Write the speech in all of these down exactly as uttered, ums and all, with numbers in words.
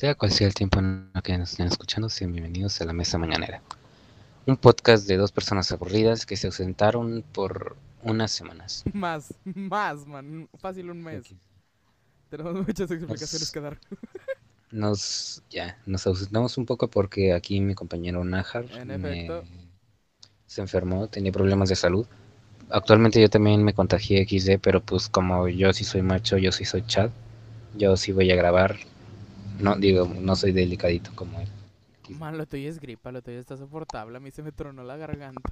Sea cual sea el tiempo en el que nos estén escuchando, sean bienvenidos a La Mesa Mañanera, un podcast de dos personas aburridas que se ausentaron por unas semanas. Más, más, man. Fácil un mes. Aquí. Tenemos muchas explicaciones Nos, que dar. nos, ya, nos ausentamos un poco porque aquí mi compañero Najar En me, efecto. se enfermó, tenía problemas de salud. Actualmente yo también me contagié equis de, pero pues como yo sí soy macho, yo sí soy Chad, yo sí voy a grabar, no digo, no soy delicadito como él. Man, lo tuyo es gripa, lo tuyo está soportable. A mí se me tronó la garganta.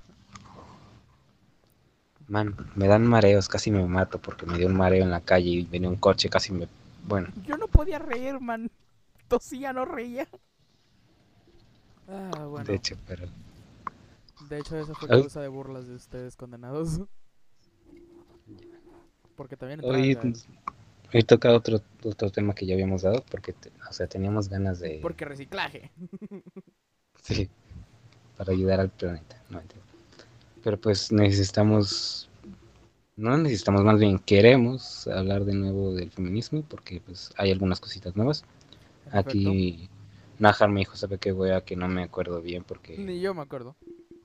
Man, me dan mareos, casi me mato porque me dio un mareo en la calle y venía un coche, casi me... Bueno, Yo no podía reír, man. Tosía, no reía. Ah, de bueno. hecho, pero... De hecho, eso fue Hoy, causa de burlas de ustedes, condenados. Porque también entraban hoy, gas. hoy toca otro, otro tema que ya habíamos dado porque, te- o sea, teníamos ganas de... Porque reciclaje. Sí, para ayudar al planeta. No, entiendo. Pero pues necesitamos... No necesitamos, más bien queremos hablar de nuevo del feminismo porque pues hay algunas cositas nuevas. En efecto. Aquí Najar me dijo, sabe qué wea, que no me acuerdo bien porque... Ni yo me acuerdo.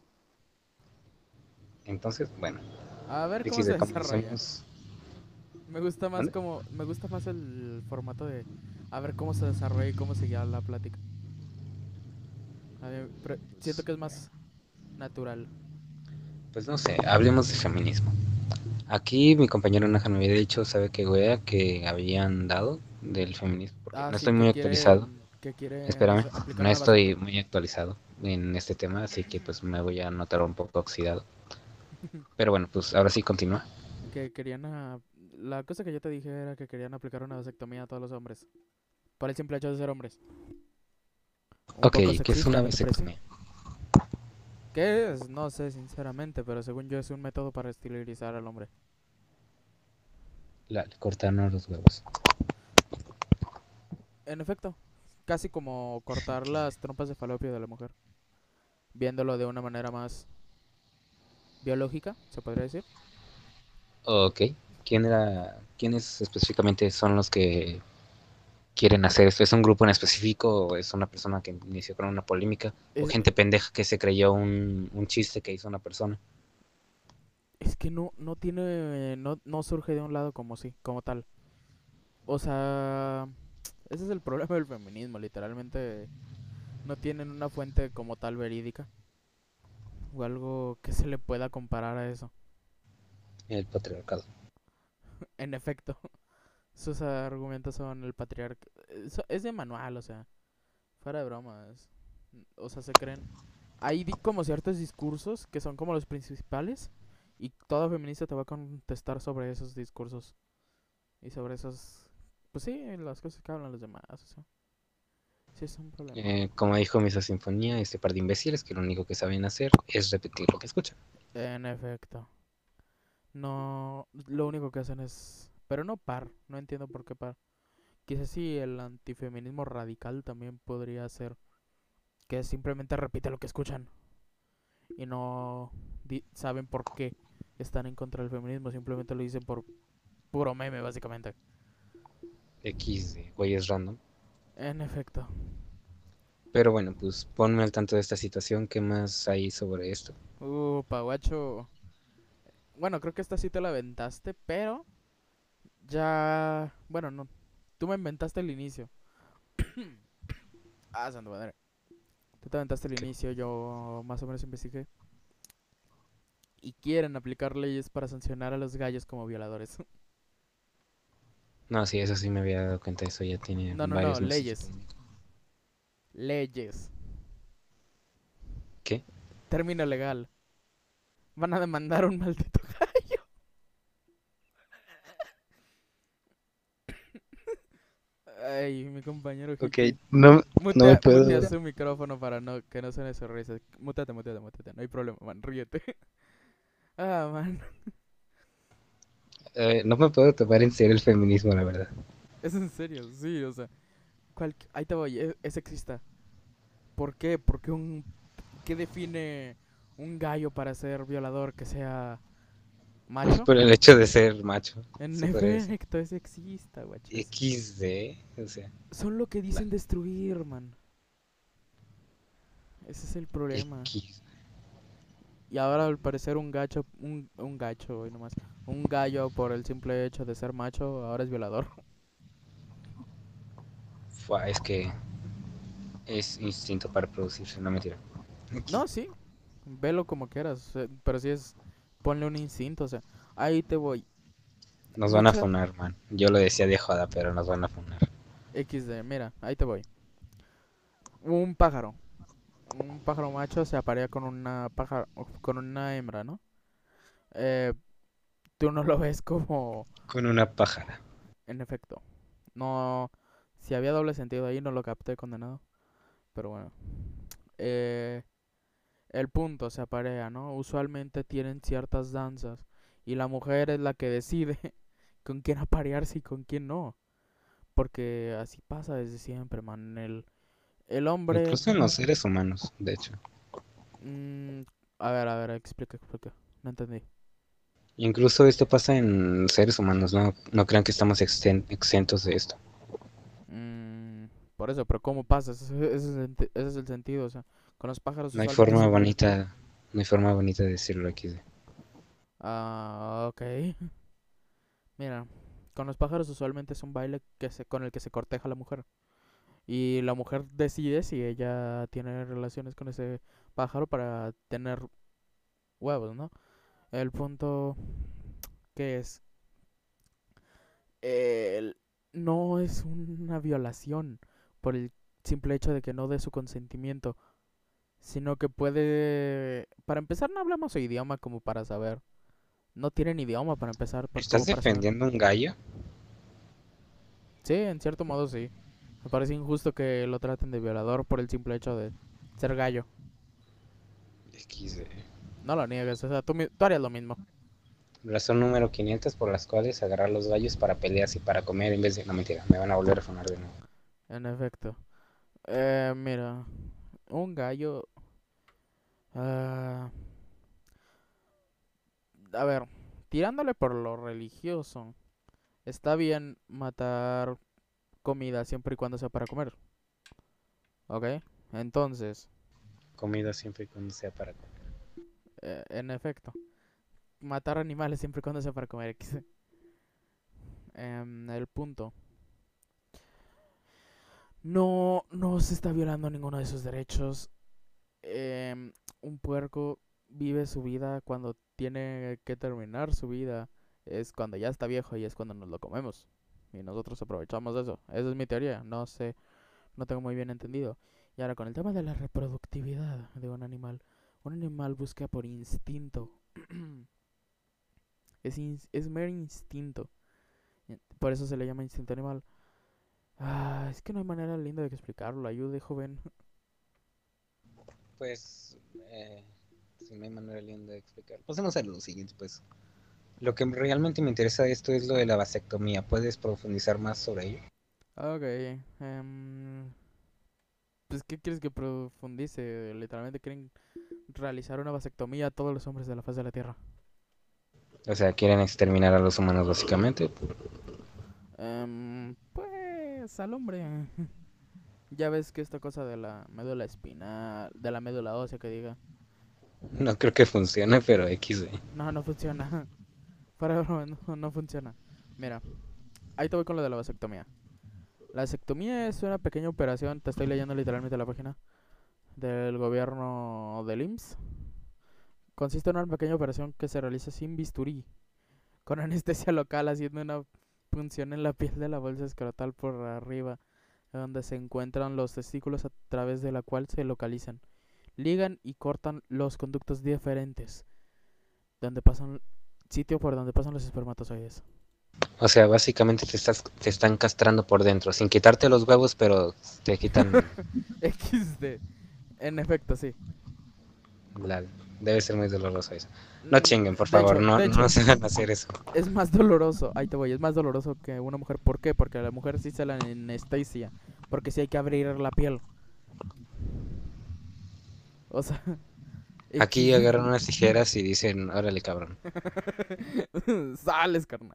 Entonces, bueno, A ver cómo equis de se desarrolla. comencemos. Me gusta más ¿Vale? como... Me gusta más el formato de... A ver cómo se desarrolla y cómo seguía la plática. A mí pre- siento Pues, que es más natural. pues no sé, hablemos de feminismo. Aquí mi compañero Naja me había dicho, ¿sabe qué wea? Que habían dado del feminismo, porque Ah, no sí, estoy que muy actualizado. quieren, que quieren Espérame, usa- aplicar no una estoy vasectomía. muy actualizado en este tema, así que pues me voy a notar un poco oxidado. Pero bueno, pues ahora sí continúa. Que querían... a- La cosa que yo te dije era que querían aplicar una vasectomía a todos los hombres. Por el simple hecho de ser hombres. Un Ok, poco ¿qué es una sexista, ¿no te parece? vasectomía? ¿Qué es? No sé, sinceramente, pero según yo es un método para esterilizar al hombre. La, cortarnos los huevos. En efecto, casi como cortar las trompas de falopio de la mujer. Viéndolo de una manera más biológica, se podría decir. Ok, ¿quién era, quiénes específicamente son los que quieren hacer esto? ¿Es un grupo en específico o es una persona que inició con una polémica o Es, gente pendeja que se creyó un, un chiste que hizo una persona? es que no, no tiene, no, no surge de un lado como sí, como tal. O sea, ese es el problema del feminismo, literalmente no tienen una fuente como tal verídica o algo que se le pueda comparar a eso. El patriarcado. En efecto, sus argumentos son el patriarca. Es, es de manual, o sea, fuera de bromas. O sea, se creen. Hay di- como ciertos discursos que son como los principales y toda feminista te va a contestar sobre esos discursos y sobre esos, pues sí, las cosas que hablan los demás, o sea, sí es un problema. Eh, como dijo Misa Sinfonía, este par de imbéciles que lo único que saben hacer es repetir lo que escuchan. En efecto. No, lo único que hacen es, pero no par, no entiendo por qué par. Quizás sí el antifeminismo radical también podría ser que simplemente repite lo que escuchan y no di- saben por qué están en contra del feminismo, simplemente lo dicen por puro meme básicamente. X de güeyes random. En efecto. Pero bueno, pues ponme al tanto de esta situación. ¿Qué más hay sobre esto? Uh, Paguacho. Bueno, creo que esta sí te la aventaste, pero ya, bueno, no. Tú me inventaste el inicio. Ah, santo madre. Tú te aventaste el ¿Qué? inicio, yo más o menos investigué. Y quieren aplicar leyes para sancionar a los gallos como violadores. No, sí, eso sí me había dado cuenta. Eso ya tiene No, no, no, varios meses. leyes. Leyes. ¿Qué? Término legal. Van a demandar un maldito gallo. Ay, mi compañero Ok, Hiki. no, no me Mutea, mutea puedo. su micrófono para no, que no suene su risa. Muteate, muteate, muteate. No hay problema, man. Ríete. Ah, man. Eh, no me puedo tomar en serio el feminismo, la verdad. Es en serio, sí, o sea. cual- Ahí te voy, es, es sexista. ¿Por qué? Porque un... ¿Qué define un gallo para ser violador que sea ¿Macho? Por el hecho de ser macho, En se podría decir. efecto, es sexista, guachas. equis de, o sea, Son lo que la dicen destruir, man. Ese es el problema. X. Y ahora al parecer un gacho, un, un gacho, hoy nomás. Un gallo por el simple hecho de ser macho, ahora es violador. Fua, es que es instinto para reproducirse, no mentira. No, sí, velo como quieras, eh, pero si es, ponle un instinto, o sea, ahí te voy. Nos van a Mucha funar, man. Yo lo decía de joda, pero nos van a funar. equis de, mira, ahí te voy. Un pájaro, un pájaro macho se aparea con una pájaro, con una hembra, ¿no? Eh, tú no lo ves como, Con una pájara. en efecto, no, si había doble sentido ahí no lo capté condenado, pero bueno. Eh, el punto se aparea, ¿no? Usualmente tienen ciertas danzas y la mujer es la que decide con quién aparearse y con quién no. Porque así pasa desde siempre, man. El, el hombre... Incluso en los seres humanos, de hecho. mm, a ver, a ver, explica, explica. No entendí. Incluso esto pasa en seres humanos, no, no crean que estamos exten- exentos de esto. Mm, por eso, pero ¿cómo pasa? Ese, ese es el, enti- ese es el sentido, o sea, con los pájaros No hay usualmente forma son bailes. bonita, no hay forma bonita de decirlo aquí. Ah, ok. Mira, con los pájaros usualmente es un baile que se, con el que se corteja a la mujer. Y la mujer decide si ella tiene relaciones con ese pájaro para tener huevos, ¿no? El punto que es, el- no es una violación por el simple hecho de que no dé su consentimiento, sino que puede... Para empezar, no hablamos su idioma como para saber. No tienen idioma para empezar, pa- ¿Estás como para saber. defendiendo un gallo? Sí, en cierto modo sí. Me parece injusto que lo traten de violador por el simple hecho de ser gallo. equis de. No lo niegues, o sea, tú, mi- tú harías lo mismo. Razón número quinientos por las cuales agarrar los gallos para peleas y para comer en vez de... No, mentira, me van a volver a sonar de nuevo. En efecto. Eh, mira, un gallo... ah, a ver, tirándole por lo religioso, está bien matar comida siempre y cuando sea para comer, ¿ok? Entonces, Comida siempre y cuando sea para comer. eh, en efecto, matar animales siempre y cuando sea para comer. Em, el punto. No, no se está violando ninguno de sus derechos. Em, un puerco vive su vida cuando tiene que terminar su vida. Es cuando ya está viejo y es cuando nos lo comemos. Y nosotros aprovechamos de eso. Esa es mi teoría. No sé, no tengo muy bien entendido. Y ahora con el tema de la reproductividad de un animal. Un animal busca por instinto. es, ins- es mero instinto. Por eso se le llama instinto animal. Ah, es que no hay manera linda de explicarlo. Ayude, joven. Pues, eh, si no hay manera linda de explicar. Pasemos a lo siguiente, pues. Lo que realmente me interesa de esto es lo de la vasectomía. ¿Puedes profundizar más sobre ello? Ok. em, pues, ¿qué quieres que profundice? Literalmente quieren realizar una vasectomía a todos los hombres de la faz de la Tierra. O sea, quieren exterminar a los humanos básicamente. Em, pues, al hombre. Ya ves que esta cosa de la médula espinal, de la médula ósea que diga. No creo que funcione, pero equis de. No, no funciona. Para broma, no, no funciona. Mira, ahí te voy con lo de la vasectomía. La vasectomía es una pequeña operación, te estoy leyendo literalmente la página del gobierno del I M S S. Consiste en una pequeña operación que se realiza sin bisturí, con anestesia local, haciendo una punción en la piel de la bolsa escrotal por arriba, donde se encuentran los testículos a través de la cual se localizan. Ligan y cortan los conductos diferentes, donde pasan, sitio por donde pasan los espermatozoides. O sea, básicamente te, estás, te están castrando por dentro, sin quitarte los huevos, pero te quitan equis de. En efecto, sí. la... Debe ser muy doloroso eso. No Mm, chinguen, por De favor, hecho, no, de no hecho, se van a hacer eso. es más doloroso. Ahí te voy, es más doloroso que una mujer. ¿Por qué? Porque a la mujer sí se la anestesia. Porque sí hay que abrir la piel. O sea, Aquí X. agarran unas tijeras y dicen, órale, cabrón. Sales, carnal.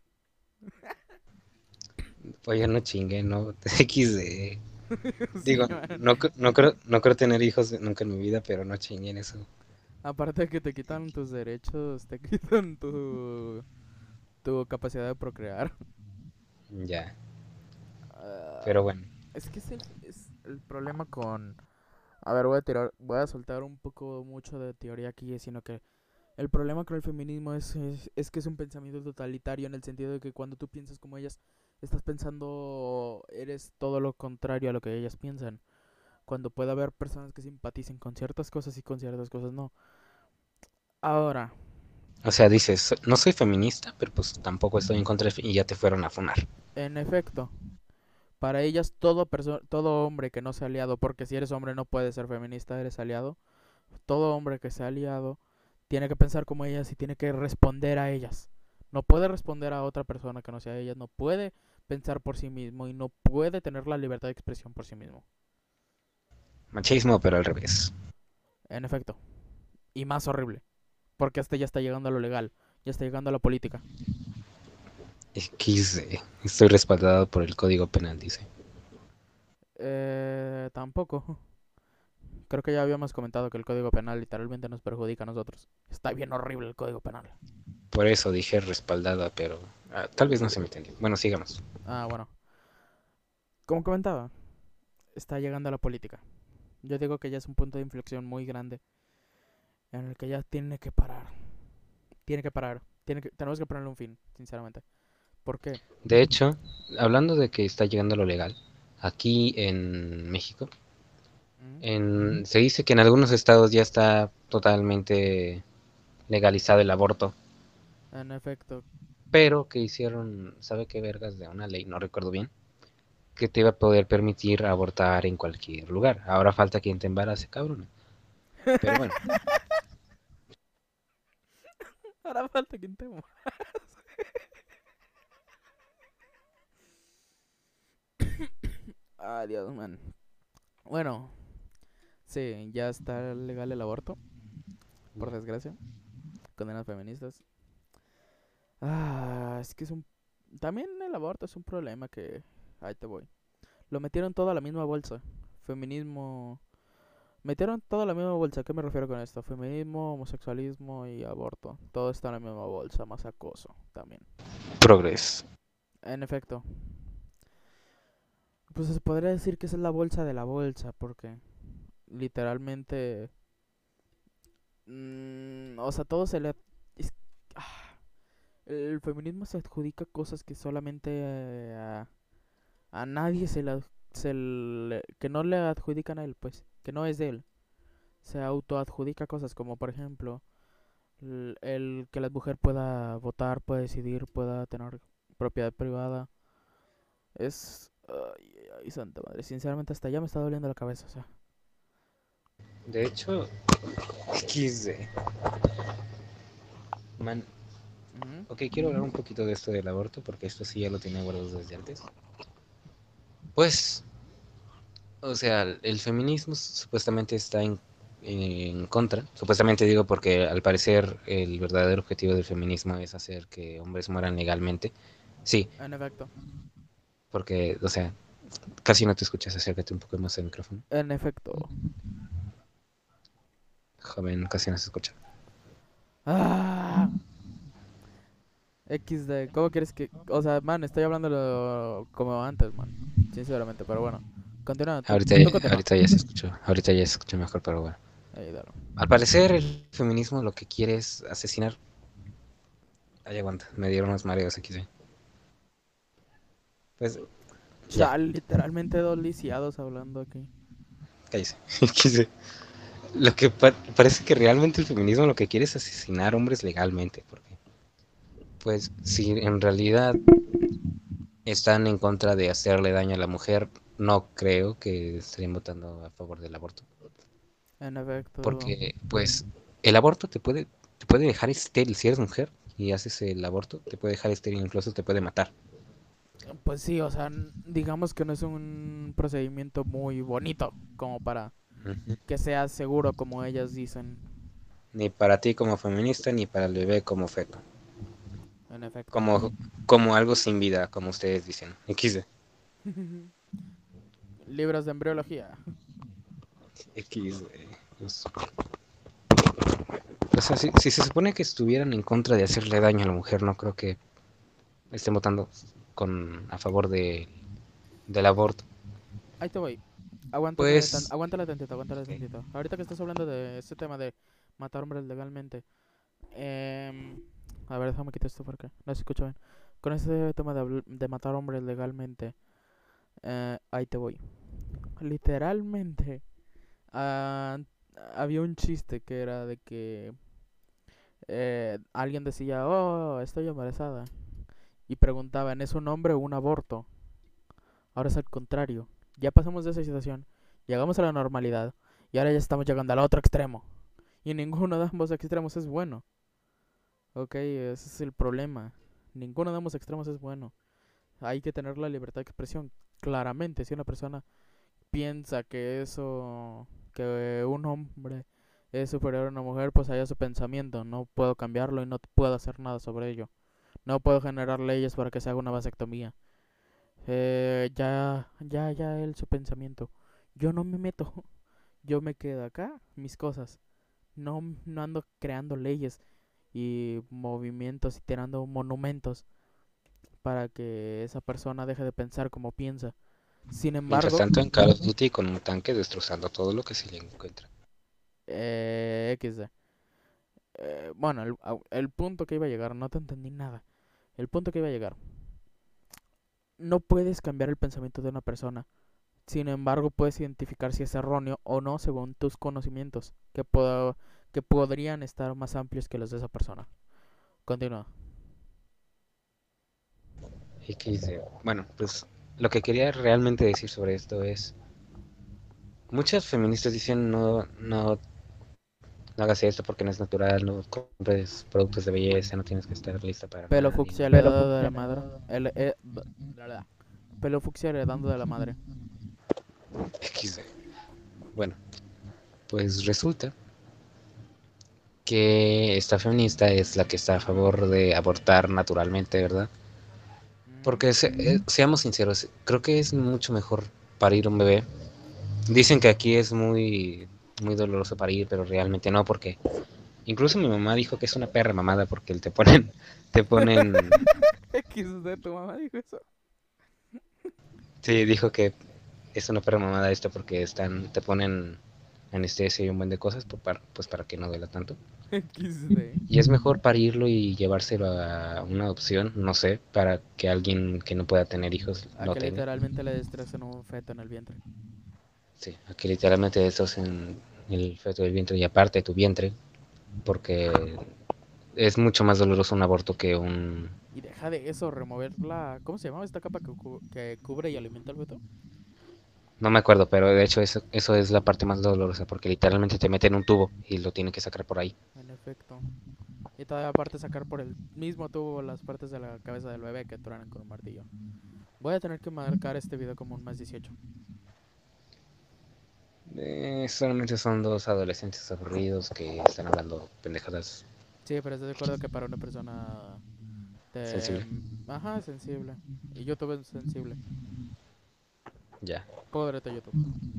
Oye, no chingue, no. X de... Sí, Digo, man. no, cre- no creo, no creo tener hijos nunca en mi vida, pero no chinguen eso. Aparte de que te quitan tus derechos, te quitan tu, tu capacidad de procrear. Ya, Ah, pero bueno. es que es el, es el problema con... A ver, voy a tirar, voy a soltar un poco mucho de teoría aquí, sino que el problema con el feminismo es, es, es que es un pensamiento totalitario en el sentido de que cuando tú piensas como ellas, estás pensando, eres todo lo contrario a lo que ellas piensan. Cuando puede haber personas que simpaticen con ciertas cosas y con ciertas cosas no. Ahora, O sea, dices, "So- no soy feminista, pero pues tampoco estoy en contra del fe-", y ya te fueron a funar. en efecto, para ellas todo, perso todo hombre que no sea aliado, porque si eres hombre no puedes ser feminista, eres aliado, todo hombre que sea aliado tiene que pensar como ellas y tiene que responder a ellas. No puede responder a otra persona que no sea ellas, no puede pensar por sí mismo y no puede tener la libertad de expresión por sí mismo. Machismo, pero al revés. En efecto, y más horrible, porque hasta ya está llegando a lo legal, ya está llegando a la política. X de... Estoy respaldado por el Código Penal, dice. Eh, tampoco. Creo que ya habíamos comentado que el Código Penal literalmente nos perjudica a nosotros. Está bien horrible el Código Penal. Por eso dije respaldada, pero ah, tal vez no se me entendió. Bueno, sigamos. Ah, bueno. Como comentaba, está llegando a la política. Yo digo que ya es un punto de inflexión muy grande en el que ya tiene que parar. Tiene que parar. Tiene que, tenemos que ponerle un fin, sinceramente. ¿Por qué? De hecho, hablando de que está llegando lo legal, aquí en México, ¿Mm? en, se dice que en algunos estados ya está totalmente legalizado el aborto, En efecto. pero que hicieron, ¿sabe qué vergas de una ley? No recuerdo bien, que te iba a poder permitir abortar en cualquier lugar. Ahora falta quien te embarace, cabrón. Pero bueno, Ahora falta quien te... Adiós, man. Bueno, sí, ya está legal el aborto, por desgracia. Condenas feministas. Ah, es que es un... También el aborto es un problema que... Ahí te voy. Lo metieron todo a la misma bolsa. Feminismo... Metieron todo a la misma bolsa. ¿A qué me refiero con esto? Feminismo, homosexualismo y aborto. Todo está en la misma bolsa, más acoso también. progres. En efecto. Pues se podría decir que esa es la bolsa de la bolsa, porque literalmente... mm, o sea, todo se le... es- ah, el feminismo se adjudica cosas que solamente eh, a, a nadie se le, se le- que no le adjudican a él, pues, que no es de él. Se autoadjudica cosas como, por ejemplo, el, el que la mujer pueda votar, pueda decidir, pueda tener propiedad privada. Es... Ay, ay, ay, santa madre, sinceramente hasta ya me está doliendo la cabeza, o sea. De hecho, X de... Man, Ujú. ok, quiero hablar un poquito de esto del aborto, porque esto sí ya lo tenía guardado desde antes. Pues, o sea, el feminismo supuestamente está en, en contra. Supuestamente digo porque al parecer el verdadero objetivo del feminismo es hacer que hombres mueran legalmente. Sí, En efecto, porque, o sea, casi no te escuchas, acércate un poco más al micrófono. en efecto. Joven, casi no se escucha. Ah, equis de, ¿cómo quieres que...? O sea, man, estoy hablando como antes, man. Sinceramente, pero bueno. Continúa, tú, Ahorita, tú continúa. ahorita ya se escuchó, ahorita ya se escucha mejor, pero bueno. Ahí, dale. Al parecer el feminismo lo que quiere es asesinar. Ahí aguanta, me dieron unos mareos aquí, sí. Pues ya, Chal, literalmente dos lisiados hablando aquí. cállese. Quise- Lo que pa- parece que realmente el feminismo lo que quiere es asesinar hombres legalmente, porque pues si en realidad están en contra de hacerle daño a la mujer, no creo que estarían votando a favor del aborto, En efecto. porque pues el aborto te puede te puede dejar estéril si eres mujer y haces el aborto, te puede dejar estéril, incluso te puede matar. Pues sí, o sea, n- digamos que no es un procedimiento muy bonito como para Ujú. que sea seguro como ellas dicen. Ni para ti como feminista, ni para el bebé como feto. En efecto. Como, como algo sin vida, como ustedes dicen. equis de. Libros de embriología. equis de. Pues, o sea, si, si se supone que estuvieran en contra de hacerle daño a la mujer, no creo que estén votando con, a favor de, del aborto. Ahí te voy. Aguántame, tan, Pues, aguántale tantito, aguántale ok. tantito. Ahorita que estás hablando de este tema de matar hombres legalmente. em, a ver, déjame quitar esto porque no se escucha bien. Con este tema de, habl- de matar hombres legalmente, eh, ahí te voy. Literalmente, ah, había un chiste que era de que eh, alguien decía, oh, estoy embarazada. Y preguntaban, ¿es un hombre o un aborto? Ahora es al contrario. Ya pasamos de esa situación, llegamos a la normalidad y ahora ya estamos llegando al otro extremo. Y ninguno de ambos extremos es bueno. Ok, ese es el problema. Ninguno de ambos extremos es bueno. Hay que tener la libertad de expresión. Claramente, si una persona piensa que eso, que un hombre es superior a una mujer, pues allá su pensamiento. No puedo cambiarlo y no puedo hacer nada sobre ello. No puedo generar leyes para que se haga una vasectomía. Eh, ya, ya, ya él su pensamiento. Yo no me meto. Yo me quedo acá, mis cosas. No, no ando creando leyes y movimientos y tirando monumentos para que esa persona deje de pensar como piensa. Sin Mientras embargo, tanto, en Call of Duty con un tanque destrozando todo lo que se le encuentra. eh, equis de. Eh, bueno, el, au- el punto que iba a llegar, no te entendí nada. El punto que iba a llegar. No puedes cambiar el pensamiento de una persona. Sin embargo, puedes identificar si es erróneo o no según tus conocimientos, que, puedo, que podrían estar más amplios que los de esa persona. Continúa. equis de. Bueno, pues lo que quería realmente decir sobre esto es, muchas feministas dicen no, no, no hagas esto porque no es natural, no compres productos de belleza, no tienes que estar lista para Pelo nadie, fucsia no. heredado de la madre. El, eh, b- bla, bla. Pelo fucsia heredando de la madre. equis de. Bueno, pues resulta que esta feminista es la que está a favor de abortar naturalmente, ¿verdad? Ujú. Porque se- eh, seamos sinceros, creo que es mucho mejor parir un bebé. Dicen que aquí es muy, muy doloroso parir, pero realmente no, porque incluso mi mamá dijo que es una perra mamada porque te ponen, te ponen, equis de, tu mamá dijo eso. sí, dijo que es una perra mamada esto porque están, te ponen anestesia y un buen de cosas, pues para, pues para que no duela tanto. equis de. Y es mejor parirlo y llevárselo a una adopción, no sé, para que alguien que no pueda tener hijos A lo que tenga. literalmente le destrocen un feto en el vientre. Sí, aquí literalmente estás en el feto del vientre y aparte de tu vientre, porque es mucho más doloroso un aborto que un... Y deja de eso, remover la... ¿Cómo se llama esta capa que, cu- que cubre y alimenta al feto? No me acuerdo, pero de hecho eso, eso es la parte más dolorosa, porque literalmente te meten un tubo y lo tienen que sacar por ahí. En efecto. Y todavía aparte sacar por el mismo tubo las partes de la cabeza del bebé que truenan con un martillo. Voy a tener que marcar este video como un más dieciocho. Eh, solamente son dos adolescentes aburridos que están hablando pendejadas Sí, pero estoy de acuerdo que para una persona de... sensibles. Ajá, sensible. Y YouTube es sensible. Ya. Podrete YouTube.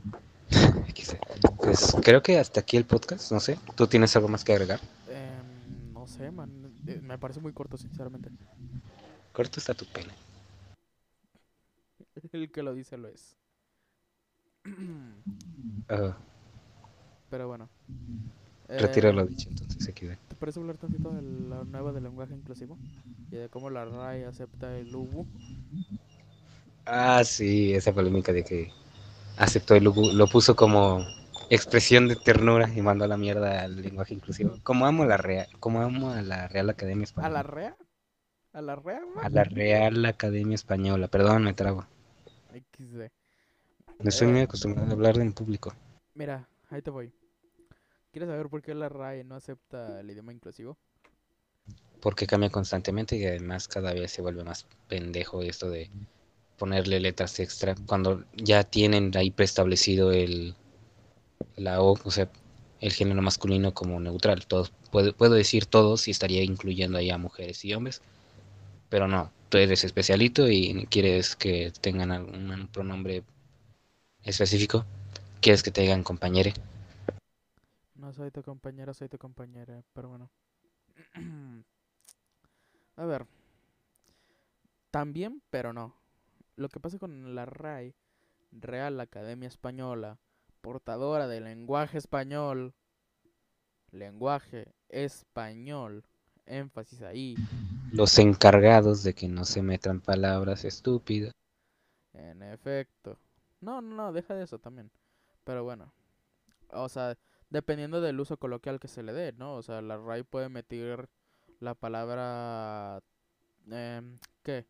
Pues creo que hasta aquí el podcast, no sé. ¿Tú tienes algo más que agregar? Em, no sé, man. Eh, Me parece muy corto, sinceramente. Corto está tu pene. El que lo dice lo es. Uh, Pero bueno. retiro Eh, lo dicho, entonces se queda. ¿Te parece hablar tantito de la nueva del lenguaje inclusivo? Y de cómo la R A E acepta el U B U. Ah, sí, esa polémica de que aceptó el Ubu, lo puso como expresión de ternura y mandó a la mierda al lenguaje inclusivo. Como amo a la Real, como amo a la Real Academia ¿A la Española. R E A? ¿A la R E A, A man? la Real Academia Española, perdón, me trago. equis de. No estoy Eh, muy acostumbrado a hablar en público. Mira, ahí te voy. ¿Quieres saber por qué la R A E no acepta el idioma inclusivo? Porque cambia constantemente y además cada vez se vuelve más pendejo esto de ponerle letras extra cuando ya tienen ahí preestablecido el la O, o sea, el género masculino como neutral. Todos, puedo, puedo decir todos y estaría incluyendo ahí a mujeres y hombres, pero no, tú eres especialito y quieres que tengan algún un pronombre específico, quieres que te digan compañere. No soy tu compañera, soy tu compañera, pero bueno. A ver, también, pero no. Lo que pasa con la R A E, Real Academia Española, portadora del lenguaje español, lenguaje español, énfasis ahí, Los encargados de que no se metan palabras estúpidas. en efecto. No, no, no, deja de eso también. Pero bueno, o sea, dependiendo del uso coloquial que se le dé, ¿no? O sea, la R A I puede meter la palabra... em, ¿qué?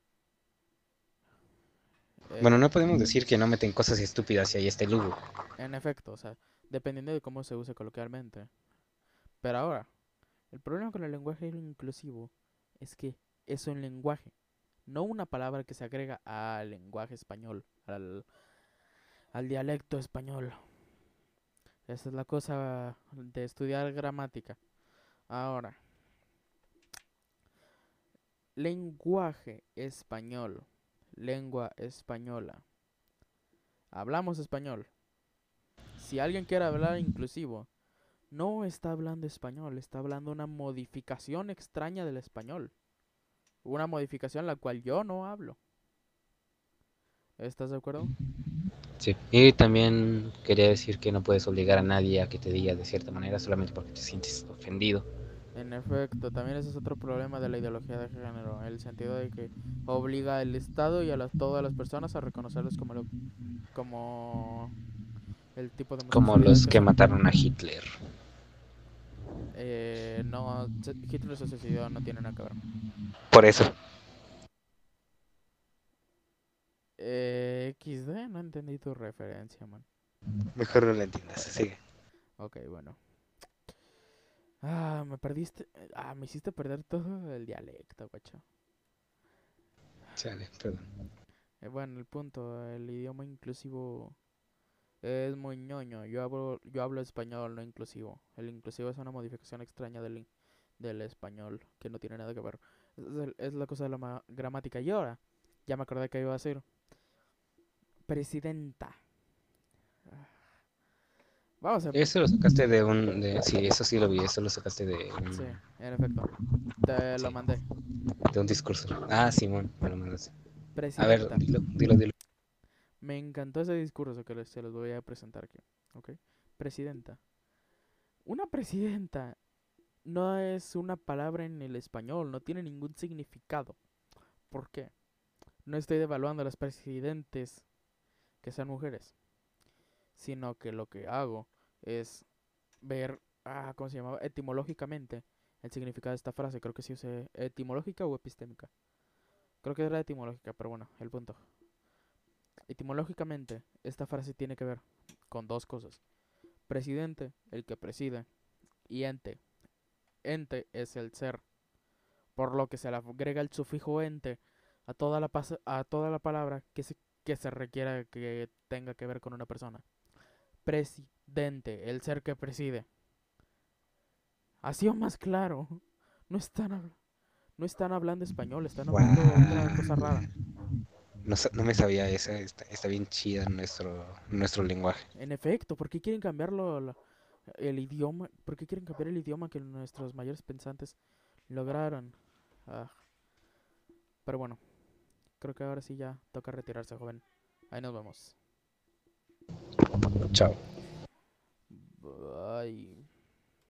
Bueno, Eh, no podemos decir que no meten cosas estúpidas y ahí está el Hugo. en efecto, o sea, dependiendo de cómo se use coloquialmente. Pero ahora, el problema con el lenguaje inclusivo es que es un lenguaje, no una palabra que se agrega al lenguaje español, al, al dialecto español. Esa es la cosa de estudiar gramática. Ahora, lenguaje español, lengua española. Hablamos español. Si alguien quiere hablar inclusivo, no está hablando español, está hablando una modificación extraña del español. Una modificación la cual yo no hablo. ¿Estás de acuerdo? Sí. Y también quería decir que no puedes obligar a nadie a que te diga de cierta manera solamente porque te sientes ofendido. En efecto, también ese es otro problema de la ideología de género, el sentido de que obliga al Estado y a las, todas las personas a reconocerlos como, lo, como el tipo de Como homosexualidad los que que son. mataron a Hitler. Eh, no, Hitler se suicidó, no tiene nada que ver. Por eso. Eh, equis de, no entendí tu referencia, man. Mejor no lo entiendas. Sigue. Ok, bueno. Ah, me perdiste. Ah, me hiciste perder todo el dialecto, guacho. Chale, perdón. Eh, bueno, el punto, el idioma inclusivo es muy ñoño. Yo hablo, yo hablo español, no inclusivo. El inclusivo es una modificación extraña del, in- del español que no tiene nada que ver. Es, el- es la cosa de la ma- gramática. Y ahora, ya me acordé que iba a decir. Presidenta. Ah, vamos a... Eso lo sacaste de un... De, sí, eso sí lo vi. Eso lo sacaste de Sí, un... en efecto. Te lo Sí, mandé. de un discurso. Ah, Simón, me lo mandaste. A ver, Presidenta. dilo, dilo, dilo. Me encantó ese discurso que les, se los voy a presentar aquí. ¿Ok? Presidenta. Una presidenta no es una palabra en el español, no tiene ningún significado. ¿Por qué? No estoy devaluando a las presidentes que sean mujeres, sino que lo que hago es ver, ah, ¿cómo se llamaba? Etimológicamente el significado de esta frase. Creo que sí usé etimológica o epistémica. Creo que era etimológica, pero bueno, el punto. Etimológicamente, esta frase tiene que ver con dos cosas. Presidente, el que preside, y ente. Ente es el ser, por lo que se le agrega el sufijo ente a toda la, a toda la palabra que se, que se requiera que tenga que ver con una persona. Presidente, el ser que preside. Así o más claro. No están, no están hablando español, están hablando otra cosa Wow. rara. No, no me sabía esa. Está, está bien chida nuestro, nuestro lenguaje. En efecto, ¿por qué quieren cambiarlo la- el idioma? ¿Por qué quieren cambiar el idioma que nuestros mayores pensantes lograron? Ah, pero bueno, creo que ahora sí ya toca retirarse, joven. Ahí nos vemos. Chao.